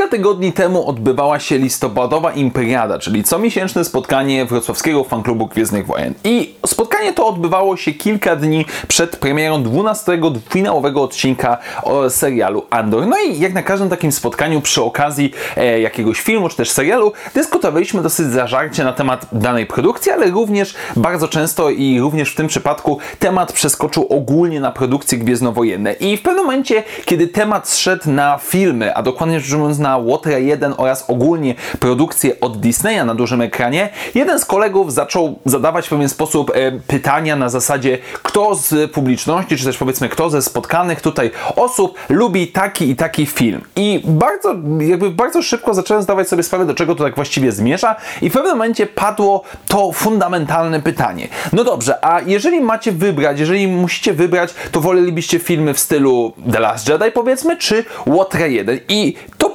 Kilka tygodni temu odbywała się listopadowa Imperiada, czyli comiesięczne spotkanie wrocławskiego fanklubu Gwiezdnych Wojen. I spotkanie to odbywało się kilka dni przed premierą 12. finałowego odcinka serialu Andor. No i jak na każdym takim spotkaniu przy okazji jakiegoś filmu czy też serialu dyskutowaliśmy dosyć zażarcie na temat danej produkcji, ale również bardzo często i również w tym przypadku temat przeskoczył ogólnie na produkcje gwiezdnowojenne. I w pewnym momencie, kiedy temat zszedł na filmy, a dokładnie rzecz biorąc na Łotra 1 oraz ogólnie produkcje od Disneya na dużym ekranie, jeden z kolegów zaczął zadawać w pewien sposób pytania na zasadzie, kto z publiczności, czy też powiedzmy kto ze spotkanych tutaj osób lubi taki i taki film. I bardzo szybko zacząłem zdawać sobie sprawę, do czego to tak właściwie zmierza, i w pewnym momencie padło to fundamentalne pytanie. No dobrze, a jeżeli macie wybrać, jeżeli musicie wybrać, to wolelibyście filmy w stylu The Last Jedi, powiedzmy, czy Łotra 1? I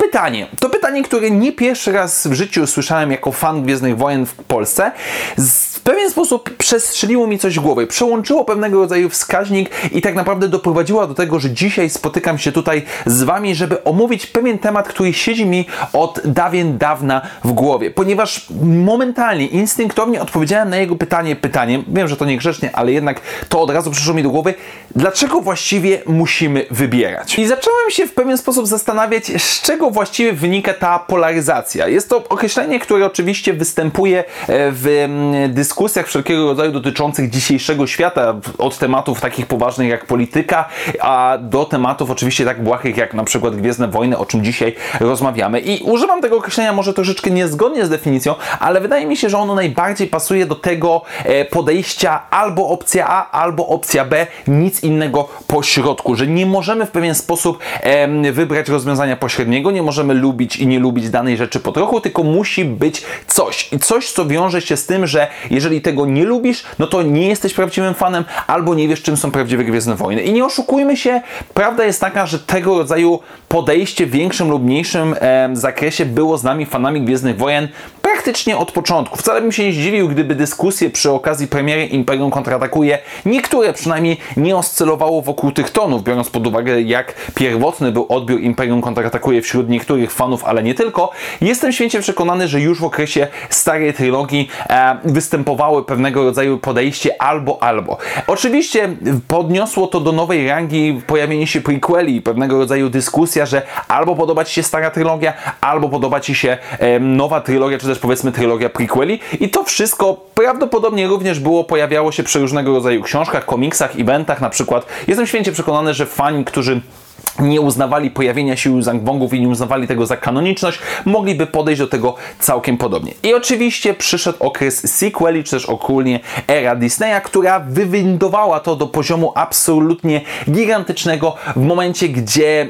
to pytanie, które nie pierwszy raz w życiu słyszałem jako fan Gwiezdnych Wojen w Polsce, w pewien sposób przestrzeliło mi coś w głowie, przełączyło pewnego rodzaju wskaźnik i tak naprawdę doprowadziło do tego, że dzisiaj spotykam się tutaj z Wami, żeby omówić pewien temat, który siedzi mi od dawna w głowie, ponieważ momentalnie, instynktownie odpowiedziałem na jego pytaniem, wiem, że to niegrzecznie, ale jednak to od razu przyszło mi do głowy, dlaczego właściwie musimy wybierać? I zacząłem się w pewien sposób zastanawiać, z czego właściwie wynika ta polaryzacja. Jest to określenie, które oczywiście występuje w dyskusjach wszelkiego rodzaju dotyczących dzisiejszego świata, od tematów takich poważnych jak polityka, a do tematów oczywiście tak błahych jak na przykład Gwiezdne Wojny, o czym dzisiaj rozmawiamy. I używam tego określenia może troszeczkę niezgodnie z definicją, ale wydaje mi się, że ono najbardziej pasuje do tego podejścia albo opcja A, albo opcja B, nic innego po środku, że nie możemy w pewien sposób wybrać rozwiązania pośredniego, nie możemy lubić i nie lubić danej rzeczy po trochu, tylko musi być coś. I coś, co wiąże się z tym, że jeżeli tego nie lubisz, no to nie jesteś prawdziwym fanem, albo nie wiesz, czym są prawdziwe Gwiezdne Wojny. I nie oszukujmy się, prawda jest taka, że tego rodzaju podejście w większym lub mniejszym zakresie było z nami, fanami Gwiezdnych Wojen, praktycznie od początku. Wcale bym się nie zdziwił, gdyby dyskusje przy okazji premiery Imperium kontratakuje, niektóre przynajmniej, nie oscylowało wokół tych tonów, biorąc pod uwagę, jak pierwotny był odbiór Imperium kontratakuje wśród niektórych fanów, ale nie tylko. Jestem święcie przekonany, że już w okresie starej trylogii występowały pewnego rodzaju podejście albo. Oczywiście podniosło to do nowej rangi pojawienie się prequeli, pewnego rodzaju dyskusja, że albo podoba Ci się stara trylogia, albo podoba Ci się nowa trylogia, czy też powiedzmy trylogia prequeli, i to wszystko prawdopodobnie również pojawiało się przy różnego rodzaju książkach, komiksach, eventach na przykład. Jestem święcie przekonany, że fani, którzy nie uznawali pojawienia się Zangwongów i nie uznawali tego za kanoniczność, mogliby podejść do tego całkiem podobnie. I oczywiście przyszedł okres sequeli, czy też ogólnie era Disneya, która wywindowała to do poziomu absolutnie gigantycznego w momencie, gdzie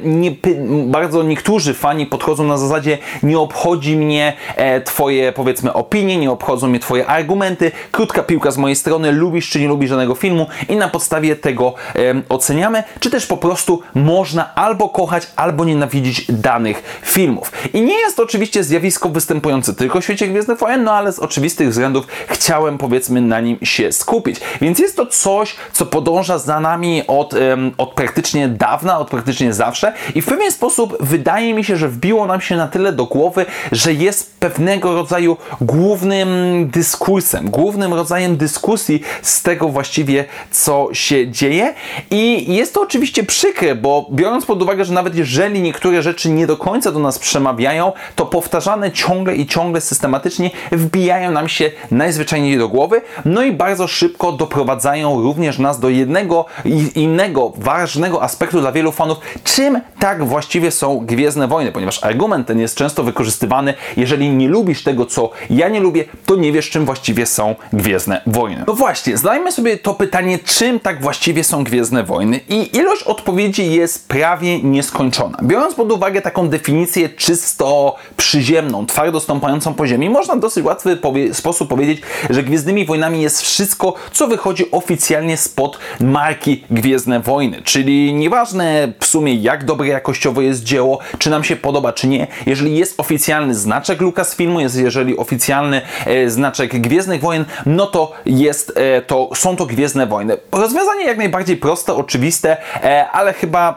bardzo niektórzy fani podchodzą na zasadzie nie obchodzi mnie Twoje, powiedzmy, opinie, nie obchodzą mnie Twoje argumenty, krótka piłka z mojej strony, lubisz czy nie lubisz danego filmu i na podstawie tego oceniamy, czy też po prostu można albo kochać, albo nienawidzić danych filmów. I nie jest to oczywiście zjawisko występujące tylko w świecie Gwiezdnych Wojen, no ale z oczywistych względów chciałem, powiedzmy, na nim się skupić. Więc jest to coś, co podąża za nami od praktycznie dawna, od praktycznie zawsze, i w pewien sposób wydaje mi się, że wbiło nam się na tyle do głowy, że jest pewnego rodzaju głównym dyskursem, głównym rodzajem dyskusji z tego właściwie, co się dzieje. I jest to oczywiście przykre, bo biorąc pod uwagę, że nawet jeżeli niektóre rzeczy nie do końca do nas przemawiają, to powtarzane ciągle systematycznie wbijają nam się najzwyczajniej do głowy, no i bardzo szybko doprowadzają również nas do jednego i innego ważnego aspektu dla wielu fanów, czym tak właściwie są Gwiezdne Wojny, ponieważ argument ten jest często wykorzystywany, jeżeli nie lubisz tego, co ja nie lubię, to nie wiesz, czym właściwie są Gwiezdne Wojny. No właśnie, zadajmy sobie to pytanie, czym tak właściwie są Gwiezdne Wojny, i ilość odpowiedzi jest prawie nieskończona. Biorąc pod uwagę taką definicję czysto przyziemną, twardo stąpającą po ziemi, można w dosyć łatwy sposób powiedzieć, że Gwiezdnymi Wojnami jest wszystko, co wychodzi oficjalnie spod marki Gwiezdne Wojny. Czyli nieważne w sumie, jak dobre jakościowo jest dzieło, czy nam się podoba, czy nie, jeżeli jest oficjalny znaczek Lucasfilmu, jeżeli oficjalny znaczek Gwiezdnych Wojen, no to są to Gwiezdne Wojny. Rozwiązanie jak najbardziej proste, oczywiste, ale chyba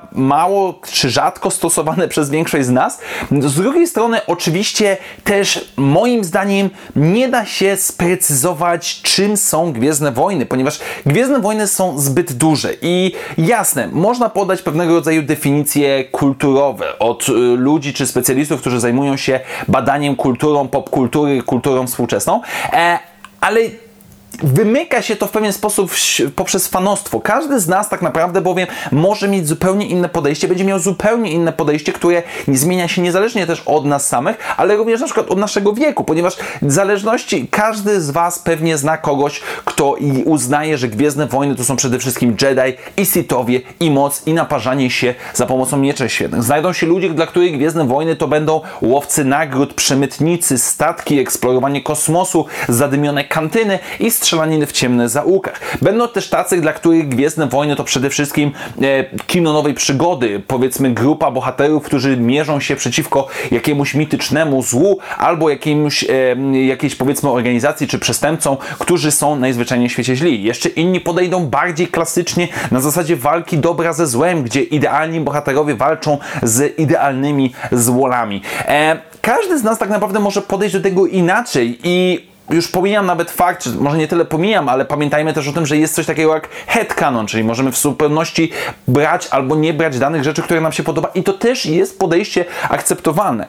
mało czy rzadko stosowane przez większość z nas. Z drugiej strony oczywiście też moim zdaniem nie da się sprecyzować, czym są Gwiezdne Wojny, ponieważ Gwiezdne Wojny są zbyt duże i jasne, można podać pewnego rodzaju definicje kulturowe od ludzi czy specjalistów, którzy zajmują się badaniem kulturą popkultury, kulturą współczesną, ale wymyka się to w pewien sposób poprzez fanostwo. Każdy z nas tak naprawdę bowiem może mieć zupełnie inne podejście, będzie miał zupełnie inne podejście, które nie zmienia się niezależnie też od nas samych, ale również na przykład od naszego wieku, ponieważ w zależności każdy z Was pewnie zna kogoś, kto i uznaje, że Gwiezdne Wojny to są przede wszystkim Jedi i Sithowie i moc i naparzanie się za pomocą mieczy świetnych. Znajdą się ludzie, dla których Gwiezdne Wojny to będą łowcy nagród, przemytnicy, statki, eksplorowanie kosmosu, zadymione kantyny i strzelaniny w ciemnych zaułkach. Będą też tacy, dla których Gwiezdne Wojny to przede wszystkim kino nowej przygody, powiedzmy grupa bohaterów, którzy mierzą się przeciwko jakiemuś mitycznemu złu albo jakiejś powiedzmy organizacji czy przestępcom, którzy są najzwyczajniej w świecie źli. Jeszcze inni podejdą bardziej klasycznie na zasadzie walki dobra ze złem, gdzie idealni bohaterowie walczą z idealnymi złolami. Każdy z nas tak naprawdę może podejść do tego inaczej i już pomijam nawet fakt, czy może nie tyle pomijam, ale pamiętajmy też o tym, że jest coś takiego jak headcanon, czyli możemy w zupełności brać albo nie brać danych rzeczy, które nam się podoba i to też jest podejście akceptowalne.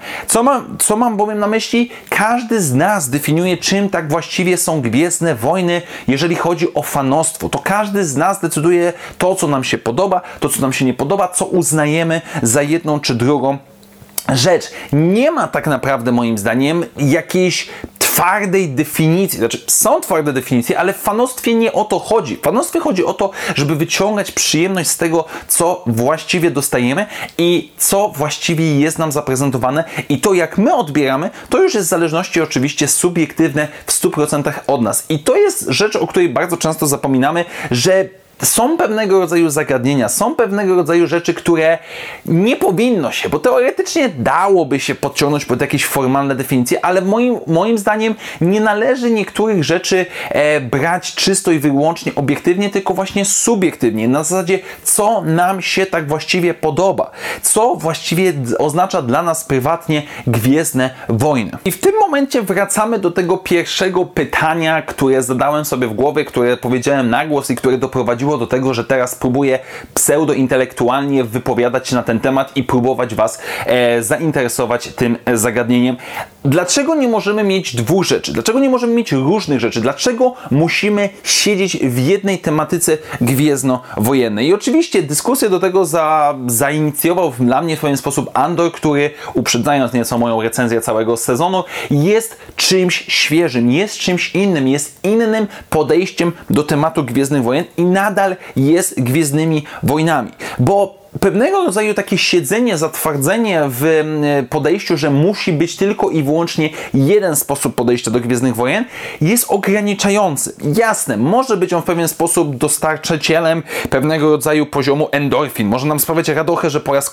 Co mam bowiem na myśli? Każdy z nas definiuje, czym tak właściwie są Gwiezdne Wojny, jeżeli chodzi o fanostwo. To każdy z nas decyduje to, co nam się podoba, to, co nam się nie podoba, co uznajemy za jedną czy drugą rzecz. Nie ma tak naprawdę moim zdaniem jakiejś twardej definicji, znaczy są twarde definicje, ale w fanostwie nie o to chodzi. W fanostwie chodzi o to, żeby wyciągać przyjemność z tego, co właściwie dostajemy i co właściwie jest nam zaprezentowane i to, jak my odbieramy, to już jest w zależności oczywiście subiektywne w 100% od nas. I to jest rzecz, o której bardzo często zapominamy, że są pewnego rodzaju zagadnienia, są pewnego rodzaju rzeczy, które nie powinno się, bo teoretycznie dałoby się podciągnąć pod jakieś formalne definicje, ale moim zdaniem nie należy niektórych rzeczy brać czysto i wyłącznie obiektywnie, tylko właśnie subiektywnie, na zasadzie co nam się tak właściwie podoba, co właściwie oznacza dla nas prywatnie Gwiezdne Wojny. I w tym momencie wracamy do tego pierwszego pytania, które zadałem sobie w głowie, które powiedziałem na głos i które doprowadziło do tego, że teraz próbuję pseudointelektualnie wypowiadać się na ten temat i próbować Was zainteresować tym zagadnieniem. Dlaczego nie możemy mieć dwóch rzeczy? Dlaczego nie możemy mieć różnych rzeczy? Dlaczego musimy siedzieć w jednej tematyce gwiezdnowojennej? I oczywiście dyskusję do tego zainicjował dla mnie w pewien sposób Andor, który, uprzedzając nieco moją recenzję całego sezonu, jest czymś świeżym, jest czymś innym, jest innym podejściem do tematu Gwiezdnych Wojen i nadal jest Gwiezdnymi Wojnami. Bo pewnego rodzaju takie siedzenie, zatwardzenie w podejściu, że musi być tylko i wyłącznie jeden sposób podejścia do Gwiezdnych Wojen, jest ograniczający. Jasne, może być on w pewien sposób dostarczycielem pewnego rodzaju poziomu endorfin. Może nam sprawiać radochę, że po raz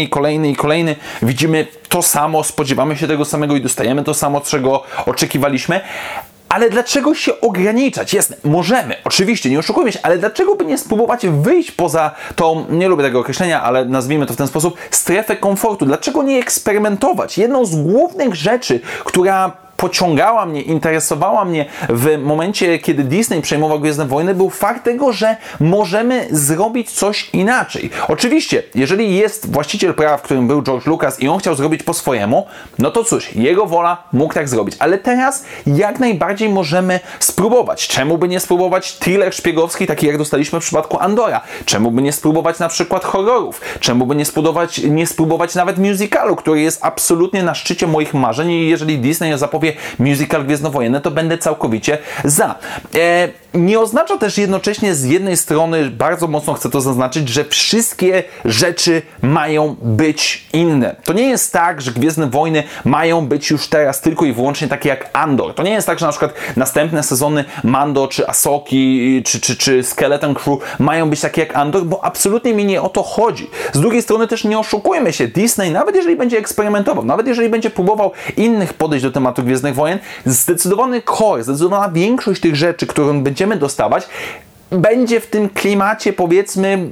kolejny widzimy to samo, spodziewamy się tego samego i dostajemy to samo, czego oczekiwaliśmy. Ale dlaczego się ograniczać? Jasne, możemy, oczywiście, nie oszukujmy się, ale dlaczego by nie spróbować wyjść poza tą, nie lubię tego określenia, ale nazwijmy to w ten sposób, strefę komfortu? Dlaczego nie eksperymentować? Jedną z głównych rzeczy, która pociągała mnie, interesowała mnie w momencie, kiedy Disney przejmował Gwiezdne Wojny, był fakt tego, że możemy zrobić coś inaczej. Oczywiście, jeżeli jest właściciel praw, którym był George Lucas i on chciał zrobić po swojemu, no to cóż, jego wola, mógł tak zrobić. Ale teraz jak najbardziej możemy spróbować. Czemu by nie spróbować thriller szpiegowski, taki jak dostaliśmy w przypadku Andora? Czemu by nie spróbować na przykład horrorów? Czemu by nie spróbować nawet musicalu, który jest absolutnie na szczycie moich marzeń i jeżeli Disney zapowie musical gwiezdnowojenny, to będę całkowicie za. Nie oznacza też jednocześnie z jednej strony, bardzo mocno chcę to zaznaczyć, że wszystkie rzeczy mają być inne. To nie jest tak, że Gwiezdne Wojny mają być już teraz tylko i wyłącznie takie jak Andor. To nie jest tak, że na przykład następne sezony Mando, czy Asoki, czy Skeleton Crew mają być takie jak Andor, bo absolutnie mi nie o to chodzi. Z drugiej strony też nie oszukujmy się, Disney, nawet jeżeli będzie eksperymentował, nawet jeżeli będzie próbował innych podejść do tematu Gwiezdnych Wojen, zdecydowany core, zdecydowana większość tych rzeczy, którą będziemy dostawać, będzie w tym klimacie, powiedzmy,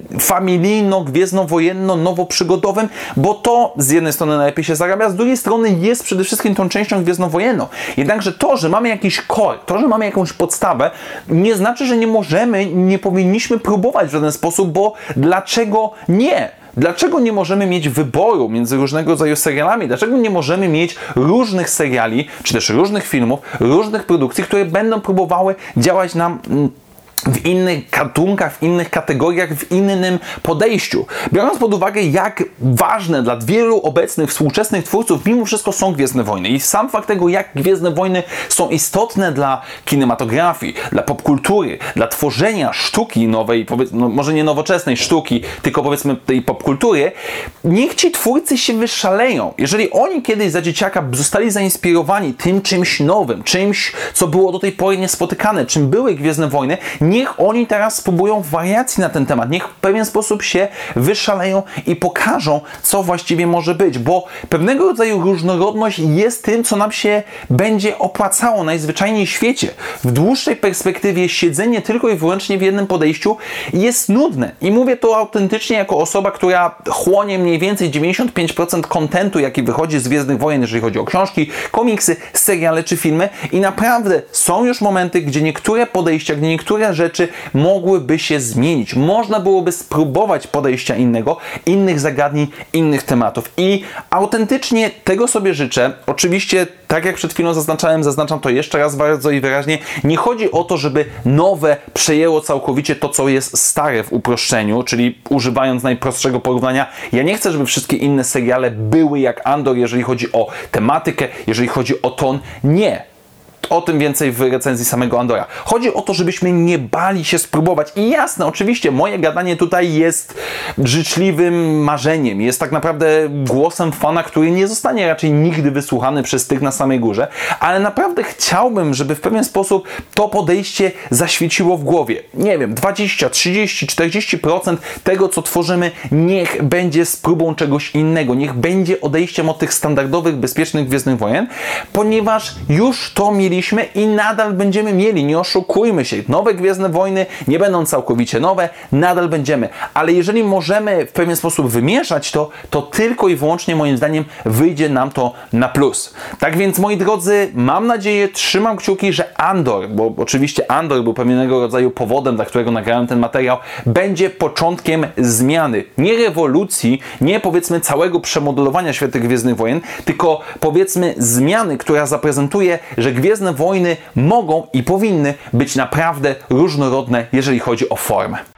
familijno-gwiezdnowojenno-nowoprzygodowym, bo to z jednej strony najlepiej się zarabia, z drugiej strony jest przede wszystkim tą częścią gwiezdnowojenną. Jednakże to, że mamy jakiś core, to, że mamy jakąś podstawę, nie znaczy, że nie powinniśmy próbować w żaden sposób, bo dlaczego nie? Dlaczego nie możemy mieć wyboru między różnego rodzaju serialami? Dlaczego nie możemy mieć różnych seriali, czy też różnych filmów, różnych produkcji, które będą próbowały działać nam w innych gatunkach, w innych kategoriach, w innym podejściu. Biorąc pod uwagę, jak ważne dla wielu obecnych, współczesnych twórców mimo wszystko są Gwiezdne Wojny i sam fakt tego, jak Gwiezdne Wojny są istotne dla kinematografii, dla popkultury, dla tworzenia sztuki nowej, no może nie nowoczesnej sztuki, tylko powiedzmy tej popkultury, niech ci twórcy się wyszaleją. Jeżeli oni kiedyś za dzieciaka zostali zainspirowani tym czymś nowym, czymś, co było do tej pory niespotykane, czym były Gwiezdne Wojny, niech oni teraz spróbują wariacji na ten temat. Niech w pewien sposób się wyszaleją i pokażą, co właściwie może być, bo pewnego rodzaju różnorodność jest tym, co nam się będzie opłacało najzwyczajniej w świecie. W dłuższej perspektywie siedzenie tylko i wyłącznie w jednym podejściu jest nudne. I mówię to autentycznie jako osoba, która chłonie mniej więcej 95% kontentu, jaki wychodzi z Gwiezdnych Wojen, jeżeli chodzi o książki, komiksy, seriale czy filmy. I naprawdę są już momenty, gdzie niektóre podejścia, gdzie niektóre rzeczy mogłyby się zmienić. Można byłoby spróbować podejścia innego, innych zagadnień, innych tematów. I autentycznie tego sobie życzę. Oczywiście, tak jak przed chwilą zaznaczam to jeszcze raz bardzo i wyraźnie, nie chodzi o to, żeby nowe przejęło całkowicie to, co jest stare w uproszczeniu, czyli używając najprostszego porównania, ja nie chcę, żeby wszystkie inne seriale były jak Andor, jeżeli chodzi o tematykę, jeżeli chodzi o ton. Nie. O tym więcej w recenzji samego Andora. Chodzi o to, żebyśmy nie bali się spróbować. I jasne, oczywiście, moje gadanie tutaj jest życzliwym marzeniem. Jest tak naprawdę głosem fana, który nie zostanie raczej nigdy wysłuchany przez tych na samej górze. Ale naprawdę chciałbym, żeby w pewien sposób to podejście zaświeciło w głowie. Nie wiem, 20, 30, 40% tego, co tworzymy, niech będzie z próbą czegoś innego. Niech będzie odejściem od tych standardowych, bezpiecznych Gwiezdnych Wojen, ponieważ już to mieliśmy i nadal będziemy mieli, nie oszukujmy się. Nowe Gwiezdne Wojny nie będą całkowicie nowe, nadal będziemy. Ale jeżeli możemy w pewien sposób wymieszać to tylko i wyłącznie moim zdaniem wyjdzie nam to na plus. Tak więc, moi drodzy, mam nadzieję, trzymam kciuki, że Andor, bo oczywiście Andor był pewnego rodzaju powodem, dla którego nagrałem ten materiał, będzie początkiem zmiany. Nie rewolucji, nie powiedzmy całego przemodelowania świata Gwiezdnych Wojen, tylko powiedzmy zmiany, która zaprezentuje, że Gwiezdne Wojny mogą i powinny być naprawdę różnorodne, jeżeli chodzi o formę.